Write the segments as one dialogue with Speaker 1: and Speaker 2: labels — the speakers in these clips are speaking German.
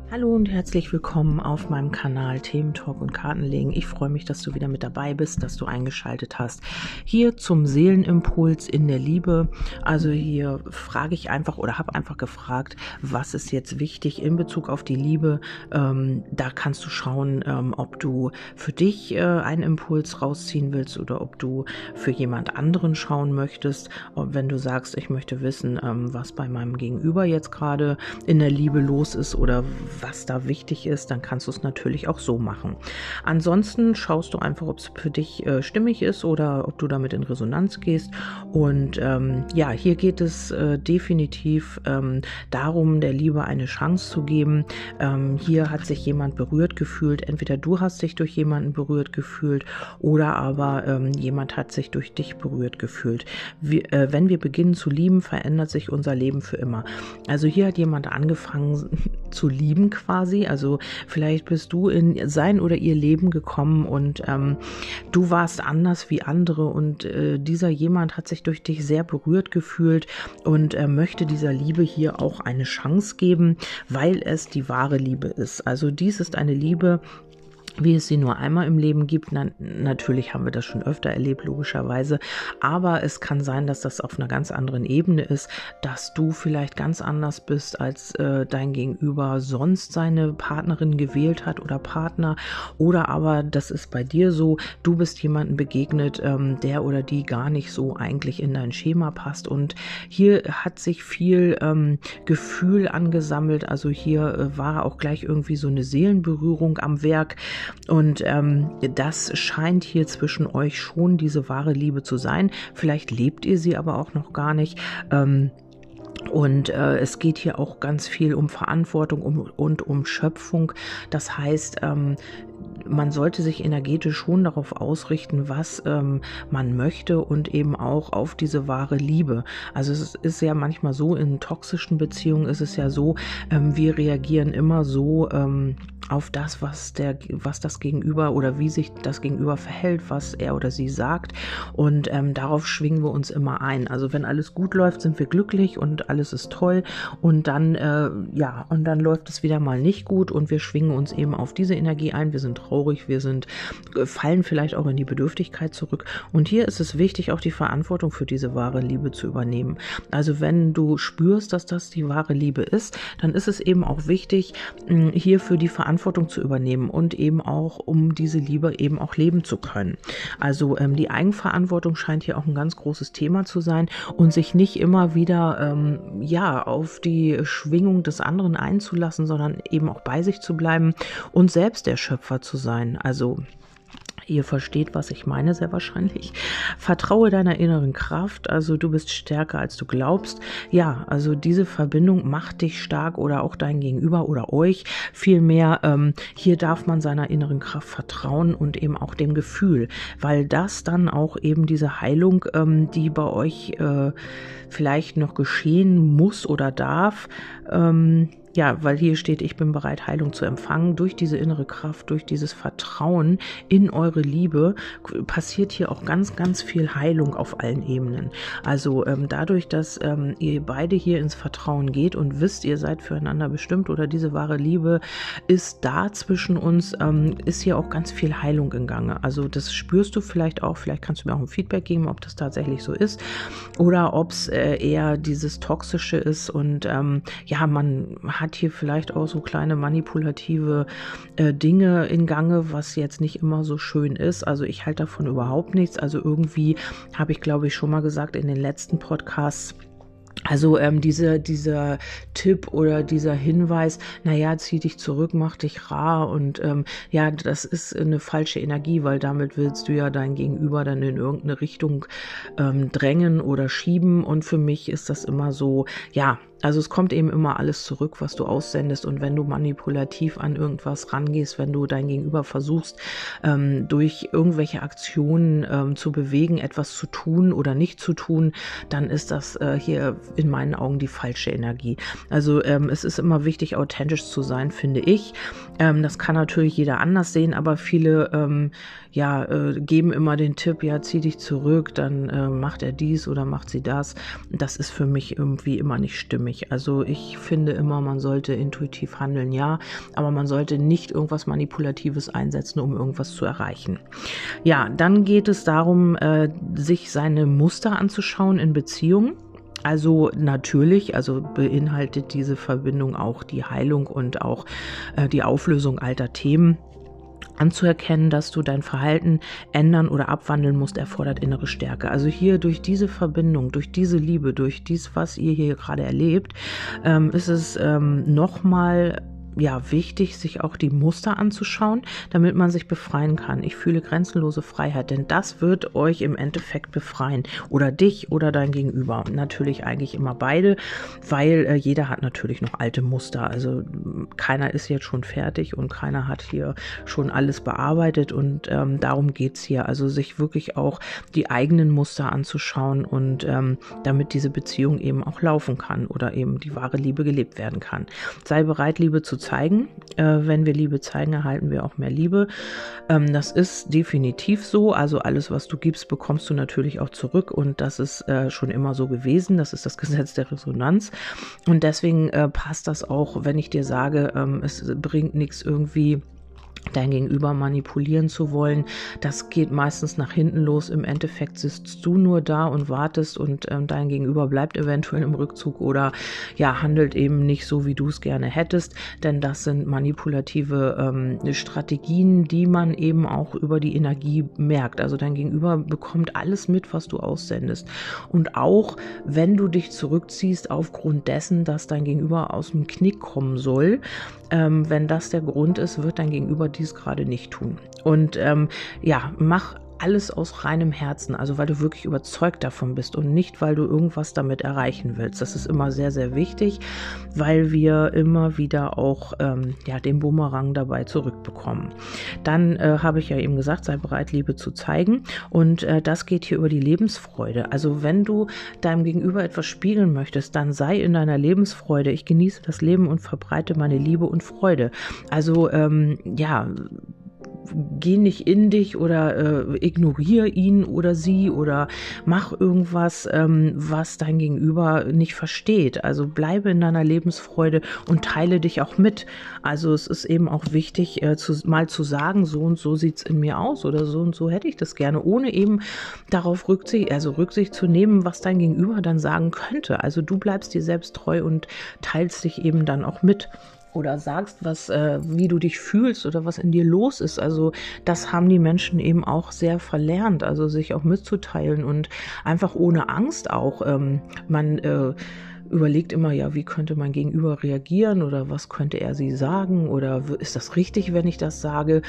Speaker 1: Hallo und herzlich willkommen auf meinem Kanal Thementalk und Kartenlegen. Ich freue mich, dass du wieder mit dabei bist, dass du eingeschaltet hast. Hier zum Seelenimpuls in der Liebe. Also hier frage ich einfach oder habe einfach gefragt, was ist jetzt wichtig in Bezug auf die Liebe. Da kannst du schauen, ob du für dich einen Impuls rausziehen willst oder ob du für jemand anderen schauen möchtest. Wenn du sagst, ich möchte wissen, was bei meinem Gegenüber jetzt gerade in der Liebe los ist oder was da wichtig ist, dann kannst du es natürlich auch so machen. Ansonsten schaust du einfach, ob es für dich stimmig ist oder ob du damit in Resonanz gehst. Und ja, hier geht es definitiv darum, der Liebe eine Chance zu geben. Hier hat sich jemand berührt gefühlt. Entweder du hast dich durch jemanden berührt gefühlt oder aber jemand hat sich durch dich berührt gefühlt. Wenn wir beginnen zu lieben, verändert sich unser Leben für immer. Also hier hat jemand angefangen zu lieben quasi, also vielleicht bist du in sein oder ihr Leben gekommen und du warst anders wie andere und dieser jemand hat sich durch dich sehr berührt gefühlt und möchte dieser Liebe hier auch eine Chance geben, weil es die wahre Liebe ist. Also dies ist eine Liebe, wie es sie nur einmal im Leben gibt. Natürlich haben wir das schon öfter erlebt, logischerweise. Aber es kann sein, dass das auf einer ganz anderen Ebene ist, dass du vielleicht ganz anders bist, als dein Gegenüber sonst seine Partnerin gewählt hat oder Partner. Oder aber das ist bei dir so, du bist jemandem begegnet, der oder die gar nicht so eigentlich in dein Schema passt. Und hier hat sich viel Gefühl angesammelt. Also hier war auch gleich irgendwie so eine Seelenberührung am Werk. Und das scheint hier zwischen euch schon diese wahre Liebe zu sein. Vielleicht lebt ihr sie aber auch noch gar nicht. Und es geht hier auch ganz viel um Verantwortung und um Schöpfung. Das heißt, man sollte sich energetisch schon darauf ausrichten, was man möchte und eben auch auf diese wahre Liebe. Also es ist ja manchmal so, in toxischen Beziehungen ist es ja so, wir reagieren immer so auf das, was das Gegenüber oder wie sich das Gegenüber verhält, was er oder sie sagt. Und darauf schwingen wir uns immer ein. Also wenn alles gut läuft, sind wir glücklich und alles ist toll. Und dann, und dann läuft es wieder mal nicht gut und wir schwingen uns eben auf diese Energie ein. Wir sind traurig, fallen vielleicht auch in die Bedürftigkeit zurück. Und hier ist es wichtig, auch die Verantwortung für diese wahre Liebe zu übernehmen. Also wenn du spürst, dass das die wahre Liebe ist, dann ist es eben auch wichtig, hier für die Verantwortung zu übernehmen und eben auch, um diese Liebe eben auch leben zu können. Also die Eigenverantwortung scheint hier auch ein ganz großes Thema zu sein und sich nicht immer wieder auf die Schwingung des anderen einzulassen, sondern eben auch bei sich zu bleiben und selbst der Schöpfer zu sein. Also ihr versteht, was ich meine, sehr wahrscheinlich. Vertraue deiner inneren Kraft, also du bist stärker, als du glaubst. Ja, also diese Verbindung macht dich stark oder auch dein Gegenüber oder euch. Vielmehr, hier darf man seiner inneren Kraft vertrauen und eben auch dem Gefühl, weil das dann auch eben diese Heilung, die bei euch vielleicht noch geschehen muss oder darf, weil hier steht, ich bin bereit, Heilung zu empfangen. Durch diese innere Kraft, durch dieses Vertrauen in eure Liebe passiert hier auch ganz, ganz viel Heilung auf allen Ebenen. Also dadurch, dass ihr beide hier ins Vertrauen geht und wisst, ihr seid füreinander bestimmt oder diese wahre Liebe ist da zwischen uns, ist hier auch ganz viel Heilung in Gange. Also das spürst du vielleicht auch. Vielleicht kannst du mir auch ein Feedback geben, ob das tatsächlich so ist oder ob es eher dieses Toxische ist und man hat hier vielleicht auch so kleine manipulative Dinge in Gange, was jetzt nicht immer so schön ist. Also ich halte davon überhaupt nichts. Also irgendwie habe ich, glaube ich, schon mal gesagt in den letzten Podcasts, also dieser Tipp oder dieser Hinweis, zieh dich zurück, mach dich rar und das ist eine falsche Energie, weil damit willst du ja dein Gegenüber dann in irgendeine Richtung drängen oder schieben und für mich ist das immer so, also es kommt eben immer alles zurück, was du aussendest und wenn du manipulativ an irgendwas rangehst, wenn du dein Gegenüber versuchst, durch irgendwelche Aktionen zu bewegen, etwas zu tun oder nicht zu tun, dann ist das hier in meinen Augen die falsche Energie. Also es ist immer wichtig, authentisch zu sein, finde ich. Das kann natürlich jeder anders sehen, aber viele geben immer den Tipp, zieh dich zurück, dann macht er dies oder macht sie das. Das ist für mich irgendwie immer nicht stimmig. mich. Also ich finde immer, man sollte intuitiv handeln, ja, aber man sollte nicht irgendwas Manipulatives einsetzen, um irgendwas zu erreichen. Ja, dann geht es darum, sich seine Muster anzuschauen in Beziehungen. Also natürlich, also beinhaltet diese Verbindung auch die Heilung und auch die Auflösung alter Themen. Anzuerkennen, dass du dein Verhalten ändern oder abwandeln musst, erfordert innere Stärke. Also hier durch diese Verbindung, durch diese Liebe, durch dies, was ihr hier gerade erlebt, ist es nochmal wichtig, sich auch die Muster anzuschauen, damit man sich befreien kann. Ich fühle grenzenlose Freiheit, denn das wird euch im Endeffekt befreien. Oder dich oder dein Gegenüber. Und natürlich eigentlich immer beide, weil jeder hat natürlich noch alte Muster. Also keiner ist jetzt schon fertig und keiner hat hier schon alles bearbeitet und darum geht's hier. Also sich wirklich auch die eigenen Muster anzuschauen und damit diese Beziehung eben auch laufen kann oder eben die wahre Liebe gelebt werden kann. Sei bereit, Liebe zu zeigen. Wenn wir Liebe zeigen, erhalten wir auch mehr Liebe. Das ist definitiv so. Also alles, was du gibst, bekommst du natürlich auch zurück und das ist schon immer so gewesen. Das ist das Gesetz der Resonanz und deswegen passt das auch, wenn ich dir sage, es bringt nichts irgendwie dein Gegenüber manipulieren zu wollen. Das geht meistens nach hinten los. Im Endeffekt sitzt du nur da und wartest und dein Gegenüber bleibt eventuell im Rückzug oder handelt eben nicht so, wie du es gerne hättest, denn das sind manipulative Strategien, die man eben auch über die Energie merkt. Also dein Gegenüber bekommt alles mit, was du aussendest. Und auch wenn du dich zurückziehst aufgrund dessen, dass dein Gegenüber aus dem Knick kommen soll, wenn das der Grund ist, wird dein Gegenüber dies gerade nicht tun. Und mach alles aus reinem Herzen, also weil du wirklich überzeugt davon bist und nicht, weil du irgendwas damit erreichen willst. Das ist immer sehr, sehr wichtig, weil wir immer wieder auch den Bumerang dabei zurückbekommen. Dann habe ich ja eben gesagt, sei bereit, Liebe zu zeigen und das geht hier über die Lebensfreude. Also wenn du deinem Gegenüber etwas spiegeln möchtest, dann sei in deiner Lebensfreude. Ich genieße das Leben und verbreite meine Liebe und Freude. Also geh nicht in dich oder ignoriere ihn oder sie oder mach irgendwas, was dein Gegenüber nicht versteht. Also bleibe in deiner Lebensfreude und teile dich auch mit. Also es ist eben auch wichtig, mal zu sagen, so und so sieht's in mir aus oder so und so hätte ich das gerne, ohne eben darauf Rücksicht zu nehmen, was dein Gegenüber dann sagen könnte. Also du bleibst dir selbst treu und teilst dich eben dann auch mit. Oder sagst, wie du dich fühlst oder was in dir los ist. Also das haben die Menschen eben auch sehr verlernt, also sich auch mitzuteilen und einfach ohne Angst auch. Man überlegt immer, wie könnte mein Gegenüber reagieren oder was könnte er sie sagen oder ist das richtig, wenn ich das sage?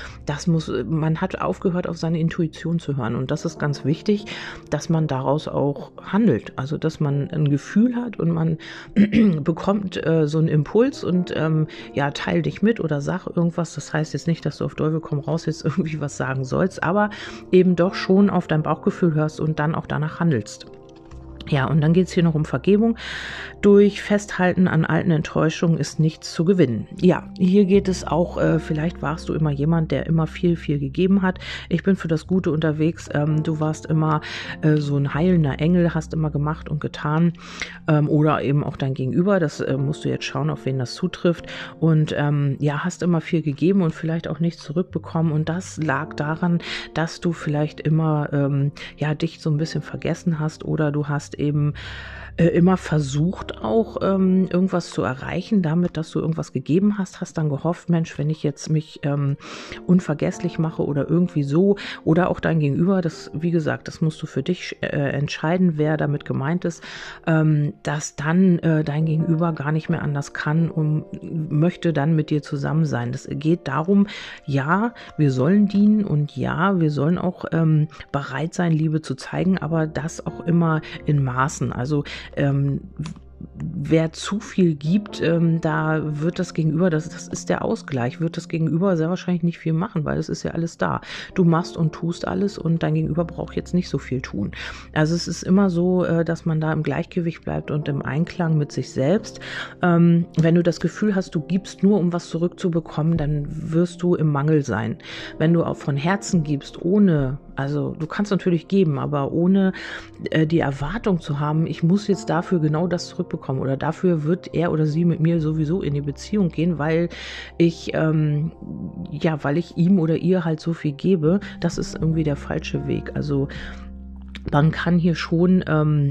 Speaker 1: Man hat aufgehört, auf seine Intuition zu hören und das ist ganz wichtig, dass man daraus auch handelt, also dass man ein Gefühl hat und man bekommt so einen Impuls und teil dich mit oder sag irgendwas. Das heißt jetzt nicht, dass du auf Teufel komm raus jetzt irgendwie was sagen sollst, aber eben doch schon auf dein Bauchgefühl hörst und dann auch danach handelst. Ja, und dann geht es hier noch um Vergebung. Durch Festhalten an alten Enttäuschungen ist nichts zu gewinnen. Ja, hier geht es auch, vielleicht warst du immer jemand, der immer viel, viel gegeben hat. Ich bin für das Gute unterwegs. Du warst immer so ein heilender Engel, hast immer gemacht und getan. Oder eben auch dein Gegenüber. Das musst du jetzt schauen, auf wen das zutrifft. Und hast immer viel gegeben und vielleicht auch nichts zurückbekommen. Und das lag daran, dass du vielleicht immer dich so ein bisschen vergessen hast oder du hast eben immer versucht auch irgendwas zu erreichen, damit, dass du irgendwas gegeben hast dann gehofft, Mensch, wenn ich jetzt mich unvergesslich mache oder irgendwie so oder auch dein Gegenüber, wie gesagt, das musst du für dich entscheiden, wer damit gemeint ist, dass dann dein Gegenüber gar nicht mehr anders kann und möchte dann mit dir zusammen sein. Das geht darum, ja, wir sollen dienen und ja, wir sollen auch bereit sein, Liebe zu zeigen, aber das auch immer in Maßen. Also wer zu viel gibt, da wird das Gegenüber, das ist der Ausgleich, wird das Gegenüber sehr wahrscheinlich nicht viel machen, weil es ist ja alles da. Du machst und tust alles und dein Gegenüber braucht jetzt nicht so viel tun. Also es ist immer so, dass man da im Gleichgewicht bleibt und im Einklang mit sich selbst. Wenn du das Gefühl hast, du gibst nur, um was zurückzubekommen, dann wirst du im Mangel sein. Wenn du auch von Herzen gibst, ohne Also du kannst natürlich geben, aber ohne die Erwartung zu haben, ich muss jetzt dafür genau das zurückbekommen oder dafür wird er oder sie mit mir sowieso in die Beziehung gehen, weil ich weil ich ihm oder ihr halt so viel gebe, das ist irgendwie der falsche Weg. Also man kann hier schon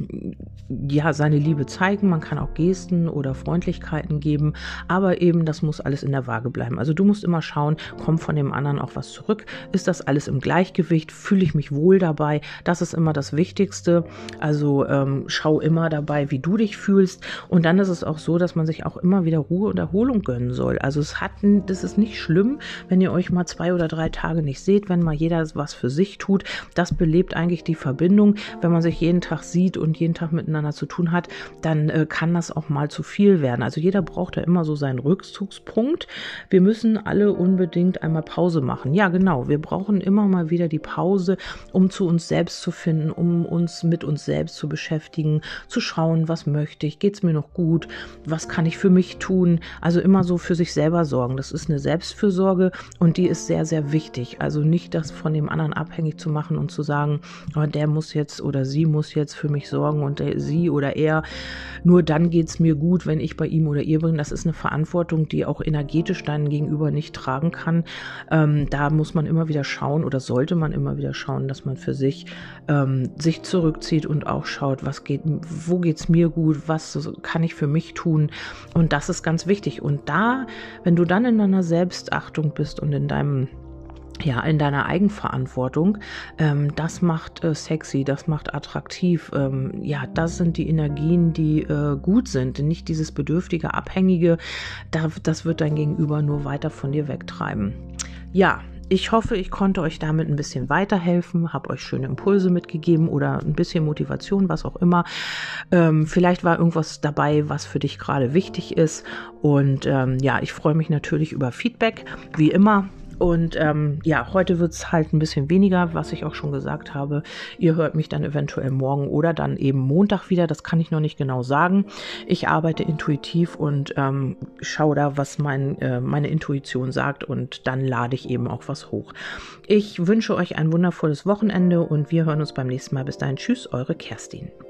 Speaker 1: seine Liebe zeigen, man kann auch Gesten oder Freundlichkeiten geben, aber eben das muss alles in der Waage bleiben. Also du musst immer schauen, kommt von dem anderen auch was zurück? Ist das alles im Gleichgewicht? Fühle ich mich wohl dabei? Das ist immer das Wichtigste. Also schau immer dabei, wie du dich fühlst, und dann ist es auch so, dass man sich auch immer wieder Ruhe und Erholung gönnen soll. Also das ist nicht schlimm, wenn ihr euch mal 2 oder 3 Tage nicht seht, wenn mal jeder was für sich tut. Das belebt eigentlich die Verbindung. Wenn man sich jeden Tag sieht und jeden Tag miteinander zu tun hat, dann kann das auch mal zu viel werden. Also jeder braucht da immer so seinen Rückzugspunkt. Wir müssen alle unbedingt einmal Pause machen. Ja, genau. Wir brauchen immer mal wieder die Pause, um zu uns selbst zu finden, um uns mit uns selbst zu beschäftigen, zu schauen, was möchte ich, geht es mir noch gut, was kann ich für mich tun. Also immer so für sich selber sorgen. Das ist eine Selbstfürsorge und die ist sehr, sehr wichtig. Also nicht das von dem anderen abhängig zu machen und zu sagen, oh, der muss jetzt oder sie muss jetzt für mich sorgen und sie oder er, nur dann geht es mir gut, wenn ich bei ihm oder ihr bin. Das ist eine Verantwortung, die auch energetisch deinem Gegenüber nicht tragen kann. Da muss man immer wieder schauen oder sollte man immer wieder schauen, dass man für sich sich zurückzieht und auch schaut, wo geht es mir gut, was kann ich für mich tun, und das ist ganz wichtig. Und da, wenn du dann in deiner Selbstachtung bist und in deiner Eigenverantwortung, das macht sexy, das macht attraktiv. Das sind die Energien, die gut sind, nicht dieses bedürftige, abhängige. Das wird dein Gegenüber nur weiter von dir wegtreiben. Ja, ich hoffe, ich konnte euch damit ein bisschen weiterhelfen, habe euch schöne Impulse mitgegeben oder ein bisschen Motivation, was auch immer. Vielleicht war irgendwas dabei, was für dich gerade wichtig ist. Und ich freue mich natürlich über Feedback, wie immer. Und heute wird es halt ein bisschen weniger, was ich auch schon gesagt habe. Ihr hört mich dann eventuell morgen oder dann eben Montag wieder. Das kann ich noch nicht genau sagen. Ich arbeite intuitiv und schaue da, was meine Intuition sagt, und dann lade ich eben auch was hoch. Ich wünsche euch ein wundervolles Wochenende und wir hören uns beim nächsten Mal. Bis dahin, tschüss, eure Kerstin.